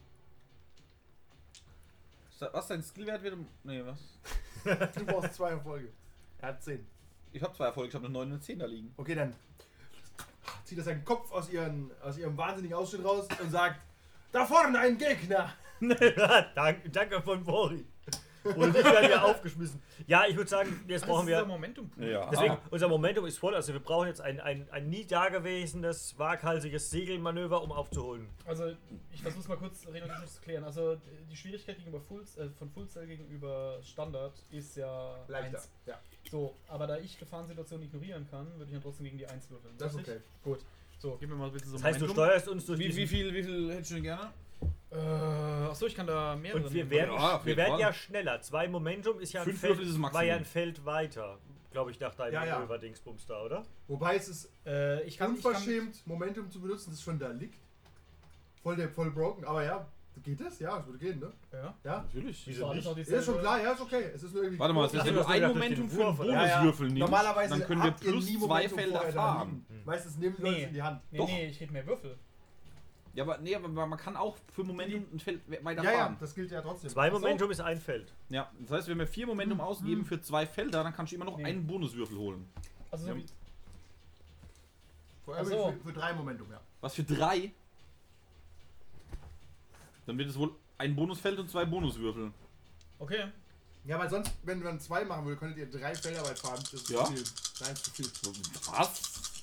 Was, dein Skillwert wird? Nee, was? Du brauchst zwei Erfolge. Er hat zehn. Ich habe zwei Erfolge, ich habe eine neun und eine zehn da liegen. Okay, dann zieht er seinen Kopf aus, ihren, aus ihrem wahnsinnigen Ausschnitt raus und sagt: Da vorne ein Gegner! danke, danke von Bori. Und ich werde hier aufgeschmissen. Ja, ich würde sagen, jetzt brauchen das ist wir. der Momentum. Ja. Deswegen, unser Momentum ist voll. Also, wir brauchen jetzt ein, ein, ein nie dagewesenes, waghalsiges Segelmanöver, um aufzuholen. Also, ich versuche es mal kurz redundant zu klären. Also, die Schwierigkeit gegenüber Full, äh, von Full Sail gegenüber Standard ist ja Leichter. eins. Ja, So, aber da ich Gefahrensituationen ignorieren kann, würde ich dann trotzdem gegen die eins würfeln. das ist Richtig? okay. Gut. So, gib mir mal bitte so Das heißt, du Momentum. steuerst uns durch Wie, diesen... wie viel, wie viel hättest du denn gerne? Äh, achso, ich kann da mehrere Und wir nehmen. werden, Ja, auf wir jeden werden Fall. ja schneller. Zwei Momentum ist ja ein Fünf Feld, Würfel ist das war Maximum. ja ein Feld weiter, glaube ich, nach deinem Ja, ja. Manöver-Dingsbums da, oder? Wobei es ist Äh, ich kann, ich kann unverschämt, Momentum zu benutzen, das schon da liegt. Voll, der, voll broken, aber ja, geht das? Ja, es würde gehen, ne? Ja. Ja. Natürlich. Wieso alles nicht? noch Ist dieselbe- schon klar, ja, ist okay. Es ist nur irgendwie. Warte mal, das Ich ist, hab wenn du das ein gedacht, durch Momentum den für einen Wurf, oder? Bonuswürfel nimmst, Normalerweise dann können wir habt ihr plus nie zwei Momentum Felder vorher da fahren. liegen. Meistens nehmen die Leute Nee. in die Hand. Nee, Doch. nee, ich rede mehr Würfel. Ja, aber nee, aber man kann auch für Momentum ein Feld weiter Ja, ja, fahren. das gilt ja trotzdem. Zwei Ach so. Momentum ist ein Feld. Ja, das heißt, wenn wir vier Momentum ausgeben für zwei Felder, dann kannst du immer noch Nee. einen Bonuswürfel holen. Also, so Ja. wie, Vor allem Ach so. für, für drei Momentum, ja. Was für drei? Dann wird es wohl ein Bonusfeld und zwei Bonuswürfel. okay. Ja, weil sonst, wenn man zwei machen würde, könntet ihr drei Felder weit fahren. Das ist Ja. zu viel. Nein, ist zu viel. Was?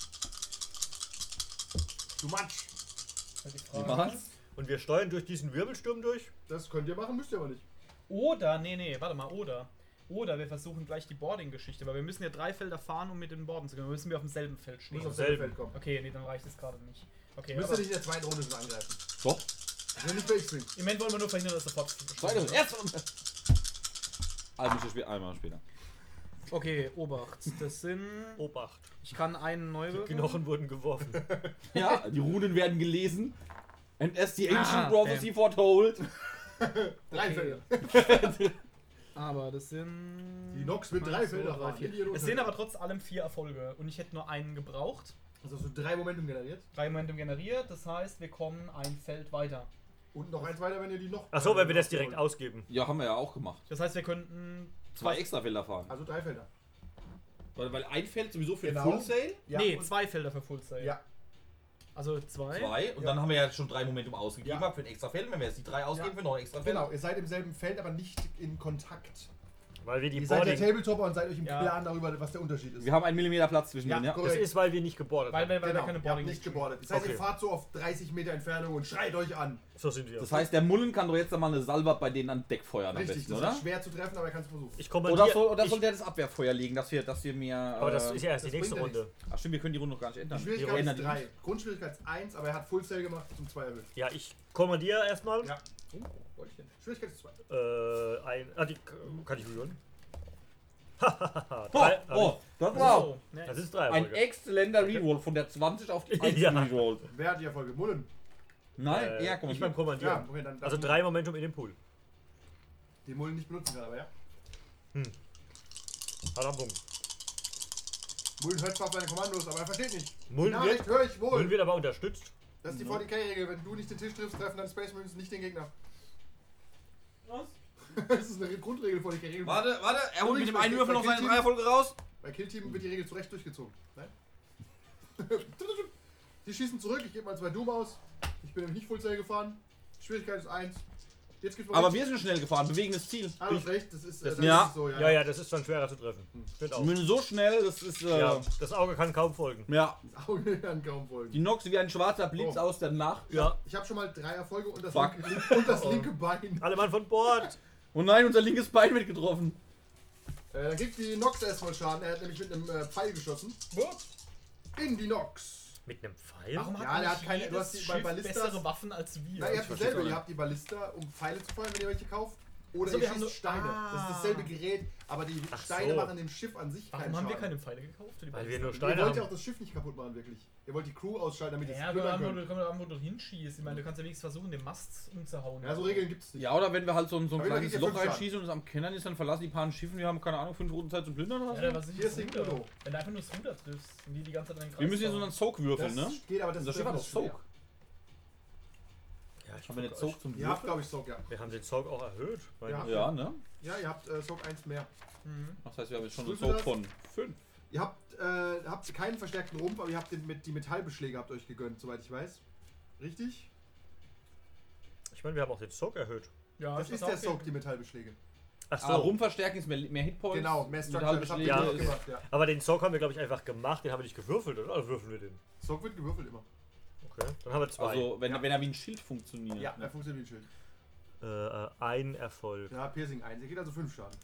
Too much. Halt die Frage. Was? Und wir steuern durch diesen Wirbelsturm durch. Das könnt ihr machen, müsst ihr aber nicht. Oder, nee, nee, warte mal, oder. Oder wir versuchen gleich die Boarding-Geschichte, weil wir müssen ja drei Felder fahren, um mit den Borden zu können. Wir müssen wir auf demselben Feld stehen. Muss aufs selben. selbe Feld kommen. Okay, nee, dann reicht es gerade nicht. Okay, Müsst aber ihr nicht in der zweiten Runde schon angreifen. Doch. Ich will nicht für X-Wing. im Moment wollen wir nur verhindern, dass sofort... Zweite, erste Runde. Einmal später. Einmal später. Okay, Obacht. Das sind... Obacht. Ich kann einen neu Die würfeln. Knochen wurden geworfen. Ja, die Runen werden gelesen. And as the ancient Ah, prophecy ähm. foretold. Drei Okay. Felder. Aber das sind... Die Nox wird drei eins, zwei, Felder drei, fahren. vier. Indian Es sind aber trotz allem vier Erfolge und ich hätte nur einen gebraucht. Also hast du drei Momentum generiert. Drei Momentum generiert, das heißt, wir kommen ein Feld weiter. Und noch eins weiter, wenn ihr die noch. Achso, wenn wir das direkt ausgeben. Ja, haben wir ja auch gemacht. Das heißt, wir könnten... Zwei extra Felder fahren. Also drei Felder. Weil, weil ein Feld sowieso für Genau. Full Sail. Ja, nee, und- zwei Felder für Full Sail. Ja. Also zwei. Zwei. Und Ja. dann haben wir ja schon drei Momentum ausgegeben Ja. für ein extra Feld. Wenn wir jetzt die drei ausgeben Ja. für noch ein extra Feld. Genau, ihr seid im selben Feld, aber nicht in Kontakt. Weil wir die Ihr seid der Boarding. Tabletopper und seid euch im Ja. Klaren darüber, was der Unterschied ist. Wir haben einen Millimeter Platz zwischen Ja, denen, ja. korrekt. Das ist, weil wir nicht gebordet Weil, haben. wir, weil genau, wir keine ihr habt Boarding nicht gebordet. Das heißt, Okay. ihr fahrt so auf dreißig Meter Entfernung und schreit euch an. So sind wir. Das heißt, der Mullen kann doch jetzt einmal eine Salve bei denen an Deck feuern am Richtig, besten, das oder? ist schwer zu treffen, aber er kann es versuchen. ich kommandiere. Oder soll, oder ich, soll der das Abwehrfeuer legen, dass wir, dass wir mir... aber das äh, ist ja erst die das nächste bringt ja Runde. Ach stimmt, wir können die Runde noch gar nicht ändern. Die Schwierigkeit ändern ist die drei. nicht. Grundschwierigkeit ist eins, aber er hat Full Sail gemacht zum zwei erhöht. Ja, ich kommandiere erstmal. Ja. Oh, wollte ich denn? Schwierigkeit ist zwei. Äh, ein. Ah, die kann ich rühren. Oh, Drei- oh, Das war Oh, ne. Das ist drei ein Erfolge. exzellenter Reroll von der zwanzig auf die eins Ja. Reroll. Wer hat die Erfolge? Mullen. Nein, Äh, ja, komm ich beim Ja, Kommandieren. okay, dann Also darf drei Momentum in den Pool. die Mullen nicht benutzen kann, aber ja. Hat am Punkt. Mullen hört zwar auf seine Kommandos, aber er versteht nicht. Mullen Nachricht wird, höre ich wohl. Mullen wird aber unterstützt. Das ist die V D K-Regel. Wenn du nicht den Tisch triffst, treffen dann Space Marines nicht den Gegner. Was? Das ist eine Grundregel V D K-Regel. Warte, warte, er holt mit dem Bei- einen Würfel bei noch seine Kill-Team- Dreierfolge raus. Bei Killteam wird die Regel zu Recht durchgezogen. Nein? Die schießen zurück, ich gebe mal zwei Doom aus. Ich bin nämlich nicht Fullsail gefahren. Schwierigkeit ist eins. Jetzt gibt's Aber wir sind schnell gefauen, bewegendes Ziel. Ah, du hast recht, das ist, äh, Das- das ja. ist so, ja. Ja, ja, das ist schon schwerer zu treffen. Stimmt auch. Wir sind so schnell, das ist. Äh, Ja, ja. das Auge kann kaum folgen. Das Auge kann kaum folgen. Die Nox wie ein schwarzer Blitz Oh. aus der Nacht. Ja. Ich habe schon mal drei Erfolge und das, Fuck. linke, und das linke Bein. Alle Mann von Bord. Oh nein, unser linkes Bein wird getroffen. Äh, dann kriegt die Nox erstmal Schaden. Er hat nämlich mit einem äh, Pfeil geschossen. In die Nox. Mit einem Pfeil? Warum Ja, hat der nicht hat keine- du jedes hast die bei Schiff Ballistas- bessere Waffen als wir? Na, ihr habt versteh's dasselbe. auch Ihr nicht. habt die Ballista, um Pfeile zu feuern, wenn ihr welche kauft. Oder Also, ihr wir haben schießt nur- Steine. Das ist Ah. dasselbe Gerät, aber die Ach Steine so. machen dem Schiff an sich Warum keinen haben wir Schaden. keine Pfeile gekauft? für die Weil wir Ballista? nur Ihr Steine wollt ja auch haben. das Schiff nicht kaputt machen, wirklich. Ihr wollt die Crew ausschalten, damit die Ja, es aber plündern da können. kann man irgendwo hinschießen. Ich meine, du kannst ja wenigstens versuchen, den Mast umzuhauen. Ja, so Regeln gibt es nicht. Ja, oder wenn wir halt so ein, so ein Aber immer kleines kriegt ihr Loch fünf reinschießen und es am Kennern ist, dann verlassen die paar Schiffen, wir haben keine Ahnung, fünf Runden Zeit zum Plündern oder Ja, so. da was ist Hier das ist die Ruder? Udo. Wenn du einfach nur das Ruder triffst und die die ganze Zeit in den Kreis Wir müssen jetzt so fahren. einen Soak würfeln, Das ne? geht, aber das Unser ist Schiff hat das doch ist schwer. Soak. Ja, ich Haben wir nicht guck Soak euch. zum Ihr habt, Würfeln? glaube ich, Soak, ja. Wir haben den Soak auch erhöht. meine Ja. ich. Ja, ne? Ja, ihr habt äh, Soak eins mehr. Mhm. Das heißt, wir haben jetzt schon einen Prüfe Soak das. von fünf. Ihr habt, äh, habt keinen verstärkten Rumpf, aber ihr habt den, mit, die Metallbeschläge habt euch gegönnt, soweit ich weiß. Richtig? Ich meine, wir haben auch den Soak erhöht. Ja, Das ich ist muss der auch Soak, gehen. die Metallbeschläge. Ach so. Aber Rumverstärken ist mehr, mehr Hitpoints. Genau, mehr Structure, das habt ihr Metallbeschläge nicht ist- gemacht, ja. Aber den Soak haben wir, glaube ich, einfach gemacht. Den haben wir nicht gewürfelt, oder? Oder würfeln wir den? Soak wird gewürfelt immer. Okay. Dann haben wir zwei. Also, wenn, Ja. wenn er wie ein Schild funktioniert. Ja, ne? er funktioniert wie ein Schild. äh, äh, ein Erfolg. Ja, Piercing eins. Ihr geht also fünf Schaden.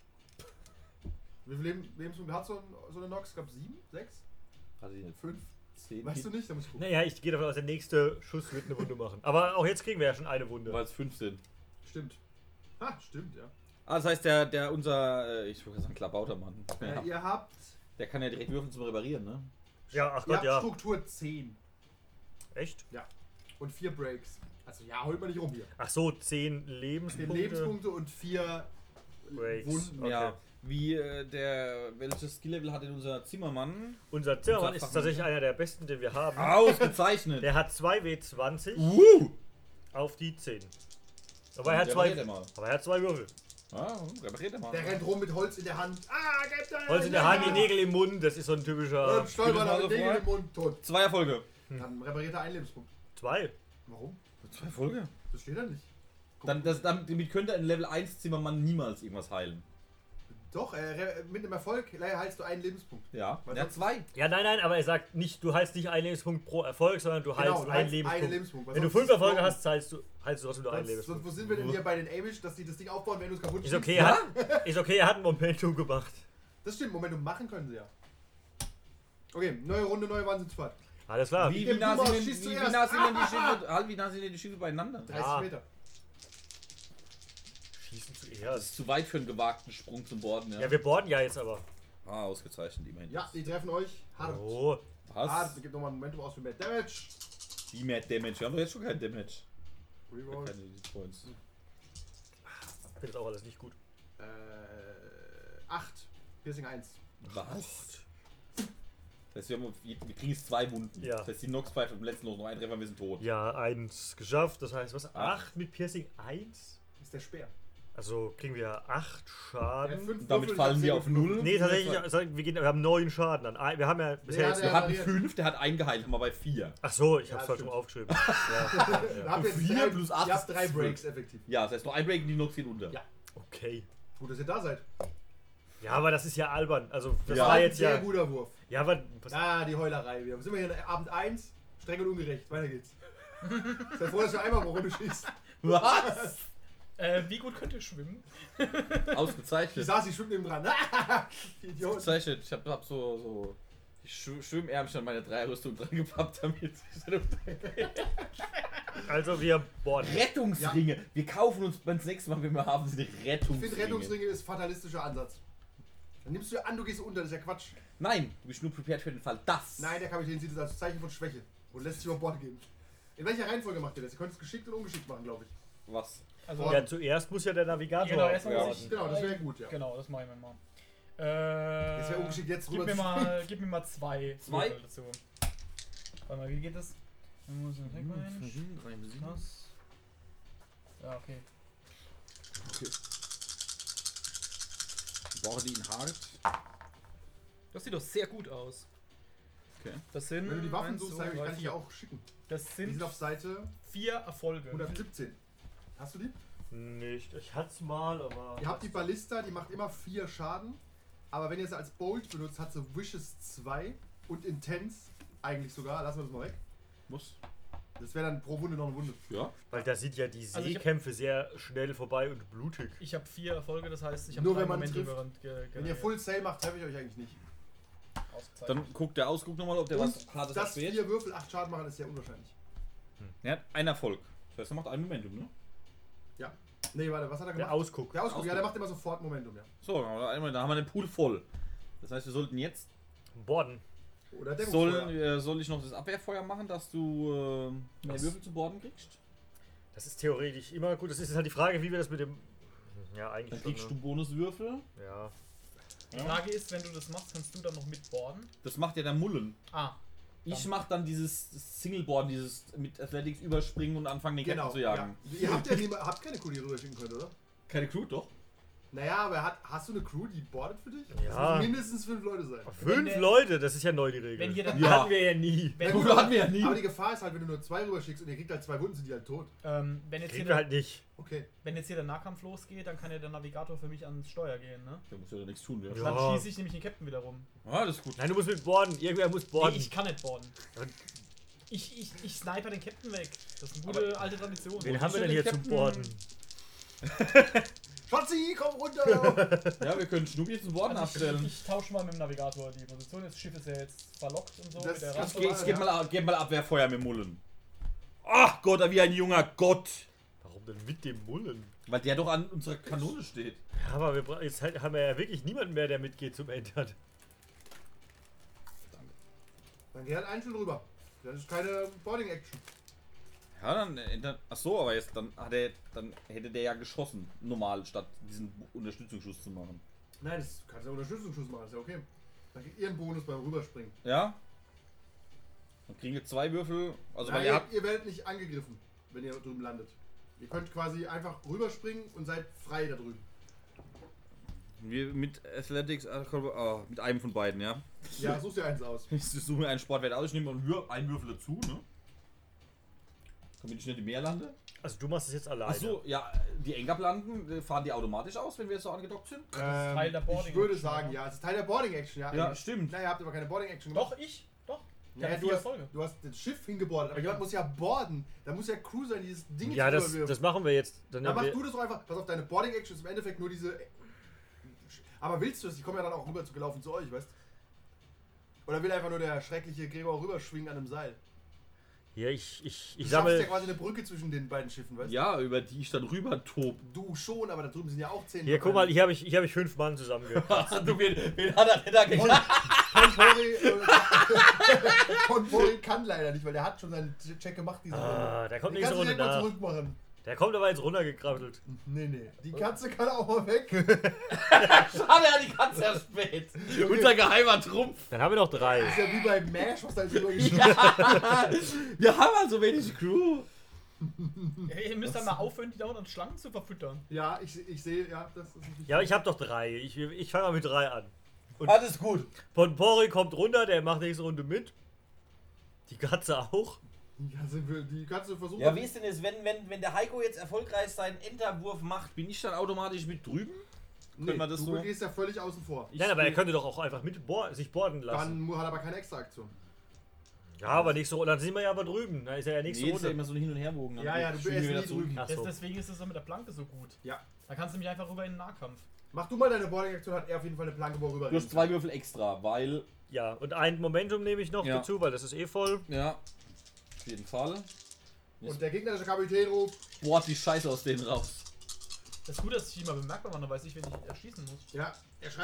Wie viele Leben, Lebenspunkte hat so, ein, so eine Nox? Ich glaube sieben? sechs? Also nicht fünf? zehn. Weißt du nicht? Da muss ich gucken. Naja, ich gehe davon aus, der nächste Schuss wird eine Wunde machen. Aber auch jetzt kriegen wir ja schon eine Wunde. Weil es fünf sind. Stimmt. Ha, stimmt, ja. Ah, das heißt, der, der unser, äh, ich würde sagen, Klabautermann. Äh, Ja. ihr habt Der kann ja direkt würfeln zum Reparieren, ne? Ja, ach ihr Gott, habt ja. Struktur zehn Echt? und vier Breaks. Also ja, holt man nicht rum hier. Ach so, zehn zehn Lebenspunkte. Lebenspunkte und vier Breaks. Wunden. Okay. Ja. Wie äh, der, welches Skill-Level hat denn unser Zimmermann? Unser Zimmermann Unser ist tatsächlich einer der besten, den wir haben. Ausgezeichnet! Der hat zwei W zwanzig Uh! auf die zehn. Aber er hat Repariert zwei, er mal. aber er hat zwei Würfel. Ah, repariert er mal. Der rennt rum mit Holz in der Hand. Ah, gebt da! Holz in der Hand, die Nägel im Mund. Das ist so ein typischer... Und stolpert Gib er es mit mal so Nägeln vor. im Mund tot. Zwei Erfolge. Dann repariert er einen Lebenspunkt. Zwei. Warum? Zwei Erfolge? Das steht da nicht. Guck. Dann, das, damit könnte ein Level eins Zimmermann niemals irgendwas heilen. Doch, äh, mit einem Erfolg leider heilst du einen Lebenspunkt. Ja. Was Der hat sonst- zwei. Ja, nein, nein, aber er sagt nicht, du heilst nicht einen Lebenspunkt pro Erfolg, sondern du heilst Genau, du einen heilst Lebenspunkt. einen Lebenspunkt. Was Wenn du sonst fünf ist Erfolge broken. hast, heilst du, heilst du trotzdem nur einen Sonst, sonst, wo Lebenspunkt. sind wir denn hier bei den Amish, dass die das Ding aufbauen, wenn du es kaputt Ist schießt? okay, er hat, ist okay, er hat ein Momentum gemacht. Das stimmt, Momentum machen können sie ja. Okay, neue Runde, neue Wahnsinnsfahrt. Alles klar. Wie, Gib wie, nah du mal, sind denn, schießt wie, wie zuerst. nah sind denn die Schiffe, halt, wie nah sind denn die Schiffe beieinander? dreißig Ah. Meter. Schießen Das zuerst. ist zu weit für einen gewagten Sprung zum Borden, ja. Ja, wir boarden ja jetzt aber. Ah, ausgezeichnet, immerhin. Ja, die treffen euch. Hart. Oh, Hart, Was? gibt nochmal ein Momentum aus für mehr Damage. Wie mehr Damage? Wir haben doch jetzt schon kein Damage. Reroll. Keine Hit Points. ich finde das auch alles nicht gut. Äh, acht. Piercing eins. Was? Das heißt, wir, haben, wir kriegen jetzt zwei Wunden. Ja. Das heißt, die Nox-Pfeife im letzten noch einen Treffer, wir sind tot. Ja, eins geschafft. Das heißt, was? Acht mit Piercing eins? Ist der Speer. Also kriegen wir acht Der hat Schaden. fünf Und damit Würfel, fallen ich wir hab auf zehn null. gewürfelt. Nee, tatsächlich, also wir, gehen, wir haben neun Schaden an. Ein- Wir haben ja bisher Ja, jetzt. der- Wir hatten Ja, fünf, der hat eingeheilt, haben wir bei vier. Ach so, ich Ja, hab's falsch stimmt. rum aufgeschrieben. ja, ja, Da ja. habt ihr jetzt Vier drei, plus acht Ihr habt ist drei zwölf. Breaks effektiv. Ja, das heißt, noch ein Break und die Nox geht unter. Ja. Okay. Gut, dass ihr da seid. Ja, aber das ist ja albern. Also, das Ja. war Ein jetzt sehr ja. guter Wurf. Ja, aber. Was, Ah, die Heulerei. Wir sind wir hier in Abend eins. Streng und ungerecht. Weiter geht's. Sei froh, dass du einmal pro Runde schießt. Was? Äh, wie gut könnt ihr schwimmen? Ich Ausgezeichnet. saß, ich schwimm neben dran. Idiot. Ausgezeichnet. Ich hab, hab so, so die Schw Schwimmärmchen an meine Dreierrüstung dran gepappt, damit ich dann also, wir boarden. Rettungsringe. Wir kaufen uns beim nächsten Mal, wenn wir haben, sind Ich Rettungsringe. finde, Rettungsringe ist fatalistischer Ansatz. Dann nimmst du ja an, du gehst unter, das ist ja Quatsch. Nein, du bist nur prepared für den Fall, dass. Nein, der Kapitän sieht es als Zeichen von Schwäche und lässt sich über Bord gehen. In welcher Reihenfolge macht ihr das? Ihr könnt es geschickt und ungeschickt machen, glaube ich. Was? Also, Ja, zuerst muss ja der Navigator. genau, erstmal Ja. muss ich. Genau, das wäre gut, ja. Genau, das mache ich mir mal. Äh, Das wäre ungeschickt, jetzt gib rüber mir, zu mal, gib mir mal zwei. Zwei? Würfel dazu. Warte mal, wie geht das? Man muss einen Range. Das. Ja, okay. Borde ihn hart. Das sieht doch sehr gut aus. Okay. Das sind. Wenn du die Waffen eins, suchst, zwei, kann drei, ich die vier. auch schicken. Das Die sind sind auf Seite vier Erfolge. hundertsiebzehn. Hast du die? Nicht. Ich hatte mal, aber. Ihr habt die Ballista, die macht immer vier Schaden. Aber wenn ihr sie als Bolt benutzt, hat sie Wishes zwei und Intense eigentlich sogar. Lassen wir das mal weg. Muss. Das wäre dann pro Wunde noch eine Wunde. Ja. Weil da sind ja die Also ich hab- Seekämpfe sehr schnell vorbei und blutig. Ich habe vier Erfolge, das heißt, ich habe Nur drei wenn man Momentum trifft. gerannt- ge- Wenn ihr generiert. Full Sale macht, treffe ich euch eigentlich nicht. Ausgezeichnet. Dann guckt der Ausguck nochmal, ob der Und was Hartes dass abwehrt. vier Würfel acht Schaden machen, ist sehr unwahrscheinlich. Er hat einen Erfolg. Das heißt, er macht ein Momentum, ne? Ja. Nee, warte, was hat er Der gemacht? Ausguck. Der Ausguck, ja, Ausguck. der macht immer sofort Momentum, ja. So, einmal, da haben wir den Pool voll. Das heißt, wir sollten jetzt. Borden. Oder der Soll, äh, soll ich noch das Abwehrfeuer machen, dass du äh, mehr Was? Würfel zu Borden kriegst? Das ist theoretisch immer gut. Das ist halt die Frage, wie wir das mit dem. Ja, eigentlich Dann schon. kriegst du Ne? Bonuswürfel. Ja. Die Frage ist, wenn du das machst, kannst du dann noch mitboarden? Das macht ja der Mullen. Ah, Ich Dann- mach dann dieses Singleboarden, dieses mit Athletics überspringen und anfangen, den Genau, Captain zu jagen. ja. Ihr habt ja nie, habt keine Crew, die ihr rüberschicken könnt, oder? Keine Crew, doch? Naja, aber hat, hast du eine Crew, die boardet für dich? Ja. Das müssen mindestens fünf Leute sein. Fünf der- Leute, das ist ja neu die Regel. wenn hier dann. Die Ja. hatten wir ja nie. Wenn, Crew hatten wir ja nie. Aber die Gefahr ist halt, wenn du nur zwei rüberschickst und ihr kriegt halt zwei Wunden, sind die halt tot. ähm, wenn, jetzt hier Kriegen der, wir halt nicht. Okay. wenn jetzt hier der Nahkampf losgeht, dann kann ja der Navigator für mich ans Steuer gehen, ne? Der muss ja da nichts tun, ja. Ja. Dann schieße ich nämlich den Captain wieder rum. Ah, das ist gut. Nein, du musst mit borden. Irgendwer muss borden. Nee, ich kann nicht boarden. Und- Ich, ich, ich sniper den Captain weg. Das ist eine gute alte Tradition. Wen Und haben wir ich denn will hier den zum Borden? Schatzi, komm runter! Ja, wir können Schnubi zum Borden Also ich, abstellen. ich tausche mal mit dem Navigator die Position. Das Schiff ist ja jetzt verlockt und so. Das- mit der das Ich, Rampe. geh, ich geb, mal, geb mal Abwehrfeuer mit Mullen. Ach Gott, wie ein junger Gott. Warum denn mit dem Mullen? Weil der doch an unserer Kanone steht. Ja, aber wir, bra- jetzt halt, haben wir ja wirklich niemanden mehr, der mitgeht zum Entern. Dann geh halt einzeln rüber. Das ist keine Boarding-Action. Ja, dann, äh, dann ach so, aber jetzt dann hat er, dann hätte der ja geschossen, normal, statt diesen Unterstützungsschuss zu machen. Nein, das kannst du ja Unterstützungsschuss machen, ist ja okay. Dann kriegt ihr einen Bonus beim Rüberspringen. Ja? Dann kriegen wir zwei Würfel. Also weil Nein, ihr ihr, habt. ihr werdet nicht angegriffen, wenn ihr drüben landet. Ihr könnt quasi einfach rüberspringen und seid frei da drüben. Wir mit Athletics, ah, mit einem von beiden, ja. Ja, such dir eins aus. Ich suche mir einen Sportwert aus, ich nehme einen Wür- einen Würfel dazu, ne? Damit ich nicht im Meer lande. Also du machst es jetzt alleine. Achso, ja, die Engab landen, äh, fahren die automatisch aus, wenn wir jetzt so angedockt sind? ist Teil der Boarding ich würde Action, sagen, oder? ja, es ist Teil der Boarding-Action, ja. Ja, Ihr- stimmt. Na, ihr habt aber keine Boarding-Action gemacht. Doch, ich. Doch. Ich Naja, hatte du, vier hast, Erfolge. du hast das Schiff hingebordet, aber jemand muss ja boarden. Da muss ja Crew sein, die dieses Ding Ja, das, rüberwirft. das machen wir jetzt. Dann Dann haben mach wir, du das doch einfach. Pass auf, deine Boarding-Action ist im Endeffekt nur diese. Aber willst du das? Die kommen ja dann auch rüber zu gelaufen zu euch, weißt du? Oder will einfach nur der schreckliche Gregor rüberschwingen an einem Seil? ja, ich, ich, Du ich schaffst ja sammle. quasi eine Brücke zwischen den beiden Schiffen, weißt Ja, über die ich dann rüber tob. du? Du schon, aber da drüben sind ja auch zehn. Hier, guck mal, hier habe ich, hier hab ich fünf Mann zusammengekratzt. du, wen, wen hat er denn da gekriegt? Ponpori äh, Ponpori kann leider nicht, weil der hat schon seinen Check gemacht diese Runde. Ah, der kommt Die nächste kannst du Runde direkt mal nach. zurück machen. Der kommt aber jetzt runtergekrabbelt. Nee, nee. Die Katze kann auch mal weg. Schade, ja, die Katze ja spät. Unser geheimer Trumpf. Dann haben wir noch drei. Das ist ja wie bei MASH, was da jetzt übergeschrieben wird. Wir haben halt so wenig Crew. Ja, ihr müsst dann mal aufhören, die da unten an Schlangen zu verfüttern. Ja, ich, ich sehe, ja, das ist nicht. Ja, aber ich habe doch drei. Ich, ich fange mal mit drei an. Und Alles gut. Ponpori kommt runter, der macht nächste Runde mit. Die Katze auch. Die Katze, die Katze versucht. Ja, wie ist denn das, wenn, wenn, wenn der Heiko jetzt erfolgreich seinen Enterwurf macht, bin ich dann automatisch mit drüben? Nee, Können wir das du so? gehst ja völlig außen vor. Nein, aber er könnte doch auch einfach mit board, sich borden lassen. Dann mu- hat er aber keine extra Aktion. Ja, aber nächste Runde. Dann sind wir ja aber drüben. Da ist ja nächste Nee, das ist ja Runde. immer so ein Hin- und Herbogen. Dann Ja, ja, du schwingen bist wir nie wieder zurück. drüben. Ach Das, so. deswegen ist es so mit der Planke so gut. Ja. Da kannst du mich einfach rüber in den Nahkampf. Mach du mal deine Boarding-Aktion, hat er auf jeden Fall eine Planke, wo er rüber Du hast zwei Würfel extra, weil. Ja, und ein Momentum nehme ich noch Ja. dazu, weil das ist eh voll. Ja. Auf jeden Fall. Und der gegnerische Kapitän ruft. Bohrt die Scheiße aus denen raus. Das ist gut, dass ich die mal bemerkbar mache, dann weiß ich, wen ich erschießen muss. Ja, er schreit.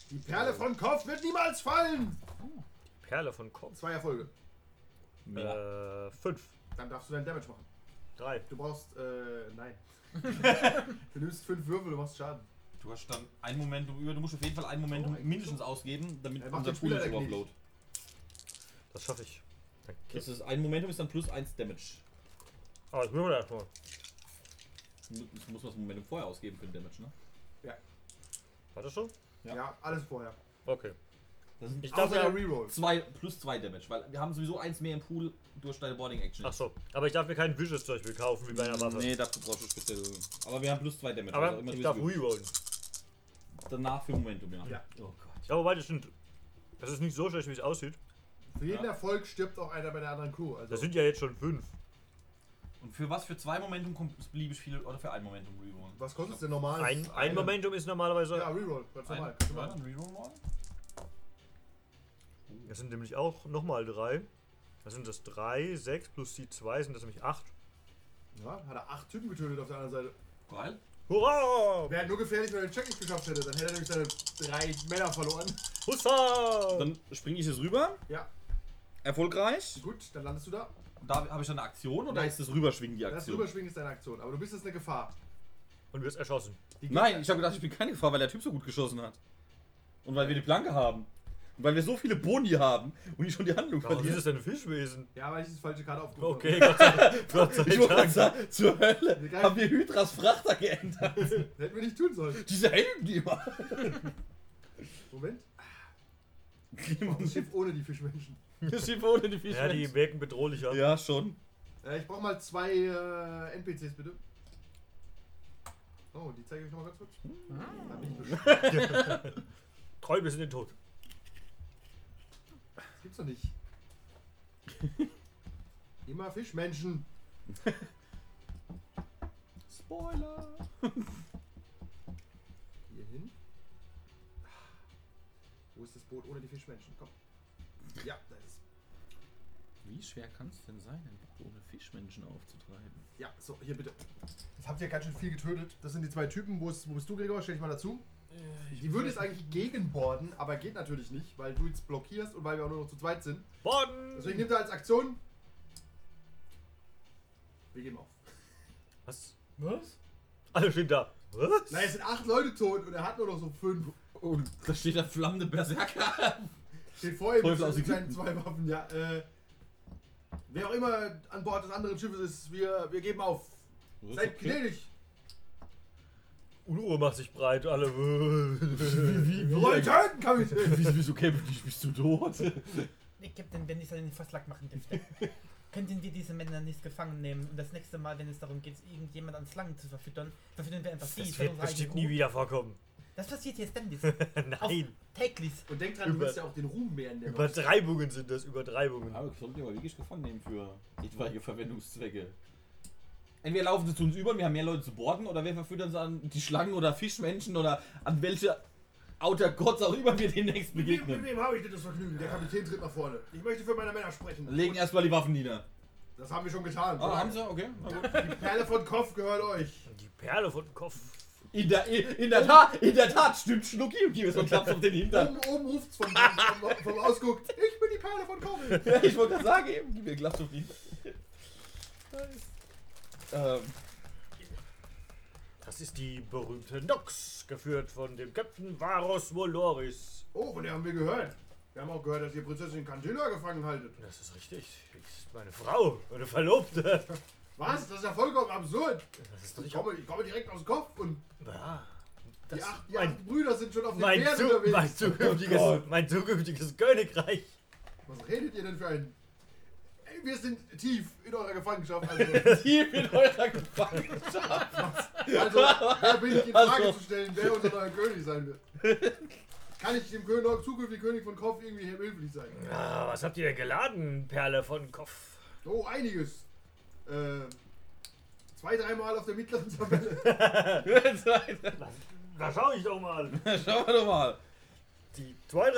Die Perle von Kopf wird niemals fallen! Perle von Kopf. Zwei Erfolge. Ja. Äh, fünf. Dann darfst du deinen Damage machen. Drei. Du brauchst, äh, nein. Du nimmst fünf Würfel, du machst Schaden. Du hast dann ein Momentum über. Du musst auf jeden Fall ein Momentum Oh, mindestens ausgeben, damit Er macht unser den Pool Spieler nicht erledigt. overflowt. Das schaffe ich. Danke. Das ist ein Momentum ist dann plus eins Damage. Aber das müssen wir erstmal. Das muss man das Momentum vorher ausgeben für den Damage, ne? War das schon? Ja. Ja, alles vorher. Okay. Das sind Ich darf Außer ja. der Reroll. zwei, plus zwei Damage, weil wir haben sowieso eins mehr im Pool durch deine Boarding Action. Ach so. Aber ich darf mir kein Vicious zum Beispiel kaufen wie bei einer Waffe. Nee, dafür brauchst du speziell. Aber wir haben plus zwei Damage. Aber also immer ich du darf willst. rerollen. Danach für Momentum, ja. Ja. Oh Gott. Ja, wobei das sind. Das ist nicht so schlecht, wie es aussieht. Für jeden Ja. Erfolg stirbt auch einer bei der anderen Crew. Also Das sind ja jetzt schon fünf. Und für was? Für zwei Momentum kommt es beliebig viel oder für ein Momentum Reroll? was kostet es denn normal? Ein, ein Eine. Momentum ist normalerweise. Ja, Reroll, ganz normal. Ein, Kannst du ja, machen. dann Reroll mal. Das sind nämlich auch nochmal drei. Das sind das drei, sechs plus die zwei sind das nämlich acht. Ja, hat er acht Typen getötet auf der anderen Seite. Geil. Hurra! Wäre nur gefährlich, wenn er den Check nicht geschafft hätte. Dann hätte er nämlich seine drei Männer verloren. Hussa! Dann springe ich jetzt rüber. Ja, Erfolgreich. gut, dann landest du da. Und da habe ich dann eine Aktion oder Nein. ist das Rüberschwingen die Das Aktion? Rüberschwingen ist deine Aktion. Aber du bist jetzt eine Gefahr. Und wirst erschossen. Die Nein, ich habe gedacht, ich bin keine Gefahr, weil der Typ so gut geschossen hat. Und weil wir die Planke haben. Und weil wir so viele Boni haben und ich schon die Handlung Warum verliere. ist es denn ein Fischwesen? Ja, weil ich die falsche Karte aufgerufen Okay, Gott sei, Gott sei Ich wollte Dank. sagen, zur Hölle Egal. haben wir Hydras Frachter geändert. habe. Hätten wir nicht tun sollen. Diese Helden, die immer. Moment. Ich brauche ein Schiff ohne die Fischmenschen. Das Schiff ohne die Ja, die wirken bedrohlicher. Ja, schon. Äh, ich brauche mal zwei äh, N P Cs bitte. Oh, die zeige ich euch nochmal ganz kurz. Da bin ich bescheuert. Treu bis in den Tod. Das gibt's doch nicht. Immer Fischmenschen. Spoiler. Hier hin. Wo ist das Boot ohne die Fischmenschen? Komm. Ja, da ist es. Wie schwer kann es denn sein, ein Boot ohne Fischmenschen aufzutreiben? Ja, so, hier bitte. Das habt ihr ganz schön viel getötet. Das sind die zwei Typen. Wo, ist, wo bist du, Gregor? Stell dich mal dazu. Die würde jetzt eigentlich gegenborden, aber geht natürlich nicht, weil du jetzt blockierst und weil wir auch nur noch zu zweit sind. Borden! Deswegen nimmt er als Aktion. Wir geben auf. Was? Was? Alle stehen da. Was? Na, es sind acht Leute tot und er hat nur noch so fünf. Und da steht der flammende Berserker. Steht vor ihm Teufel aus mit seinen Ägypten. zwei Waffen. Ja, äh, wer auch immer an Bord des anderen Schiffes ist, wir, wir geben auf. Seid gnädig. Unruhe macht sich breit, alle. Wir wollen töten, Kapitän. Wieso, wieso kämpfen die? Bist du tot? Nee, Captain, wenn ich einen Vorschlag machen dürfte. Könnten wir diese Männer nicht gefangen nehmen und das nächste Mal, wenn es darum geht, irgendjemand an Slangen zu verfüttern, verfüttern wir einfach sie. Das statt wird unsere bestimmt eigene nie Crew. wieder vorkommen. Das passiert hier ständig. Nein. Täglich. Und denk dran, du Über- willst ja auch den Ruhm mehren. Der Übertreibungen sind das, Übertreibungen. Aber ich sollte die aber wirklich gefangen nehmen für etwaige Verwendungszwecke. Entweder laufen sie zu uns über und wir haben mehr Leute zu borden, oder wir verfüttern sie an die Schlangen oder Fischmenschen oder an welche Outer Gods auch immer wir demnächst Mit wem, mit begegnen. wem habe ich denn das Vergnügen? Der Kapitän tritt nach vorne. Ich möchte für meine Männer sprechen. Legen erstmal die Waffen nieder. Das haben wir schon getan. Ah, haben sie? Okay. Na gut. Die Perle von Kopf gehört euch. Die Perle von Kopf. In der, in, in der Tat, in der Tat stimmt Schnucki und gibt so einen Klaps auf den Hintern. Oben, oben ruft's vom, vom, vom Ausguck. Ich bin die Perle von Kopf. Ja, ich wollte gerade sagen, eben, gib mir einen Klaps auf den Hintern. Ähm, Das ist die berühmte Nox, geführt von dem Captain Varos Voloris. Oh, von der haben wir gehört. Wir haben auch gehört, dass ihr Prinzessin Candela gefangen haltet. Das ist richtig. Die ist meine Frau, meine Verlobte. Was? Das ist ja vollkommen absurd. Das ist Ich nicht komme, ich komme direkt aus dem Kopf und Ja, die das acht, die mein, acht Brüder sind schon auf dem mein, Pferd zu, unterwegs. mein, zukünftiges, mein zukünftiges Königreich. Was redet ihr denn für ein... Ey, wir sind tief in eurer Gefangenschaft. Also, tief in eurer Gefangenschaft. also wer bin ich in Frage Also. zu stellen, wer unser neuer König sein wird? Kann ich dem König, zukünftigen König von Kopf irgendwie hilflich sein? Ja, was habt ihr denn geladen, Perle von Kopf? Oh, einiges. Äh, zwei, dreimal auf der mittleren Tabelle. Da schau ich doch mal. Schauen wir doch mal. Die zwei,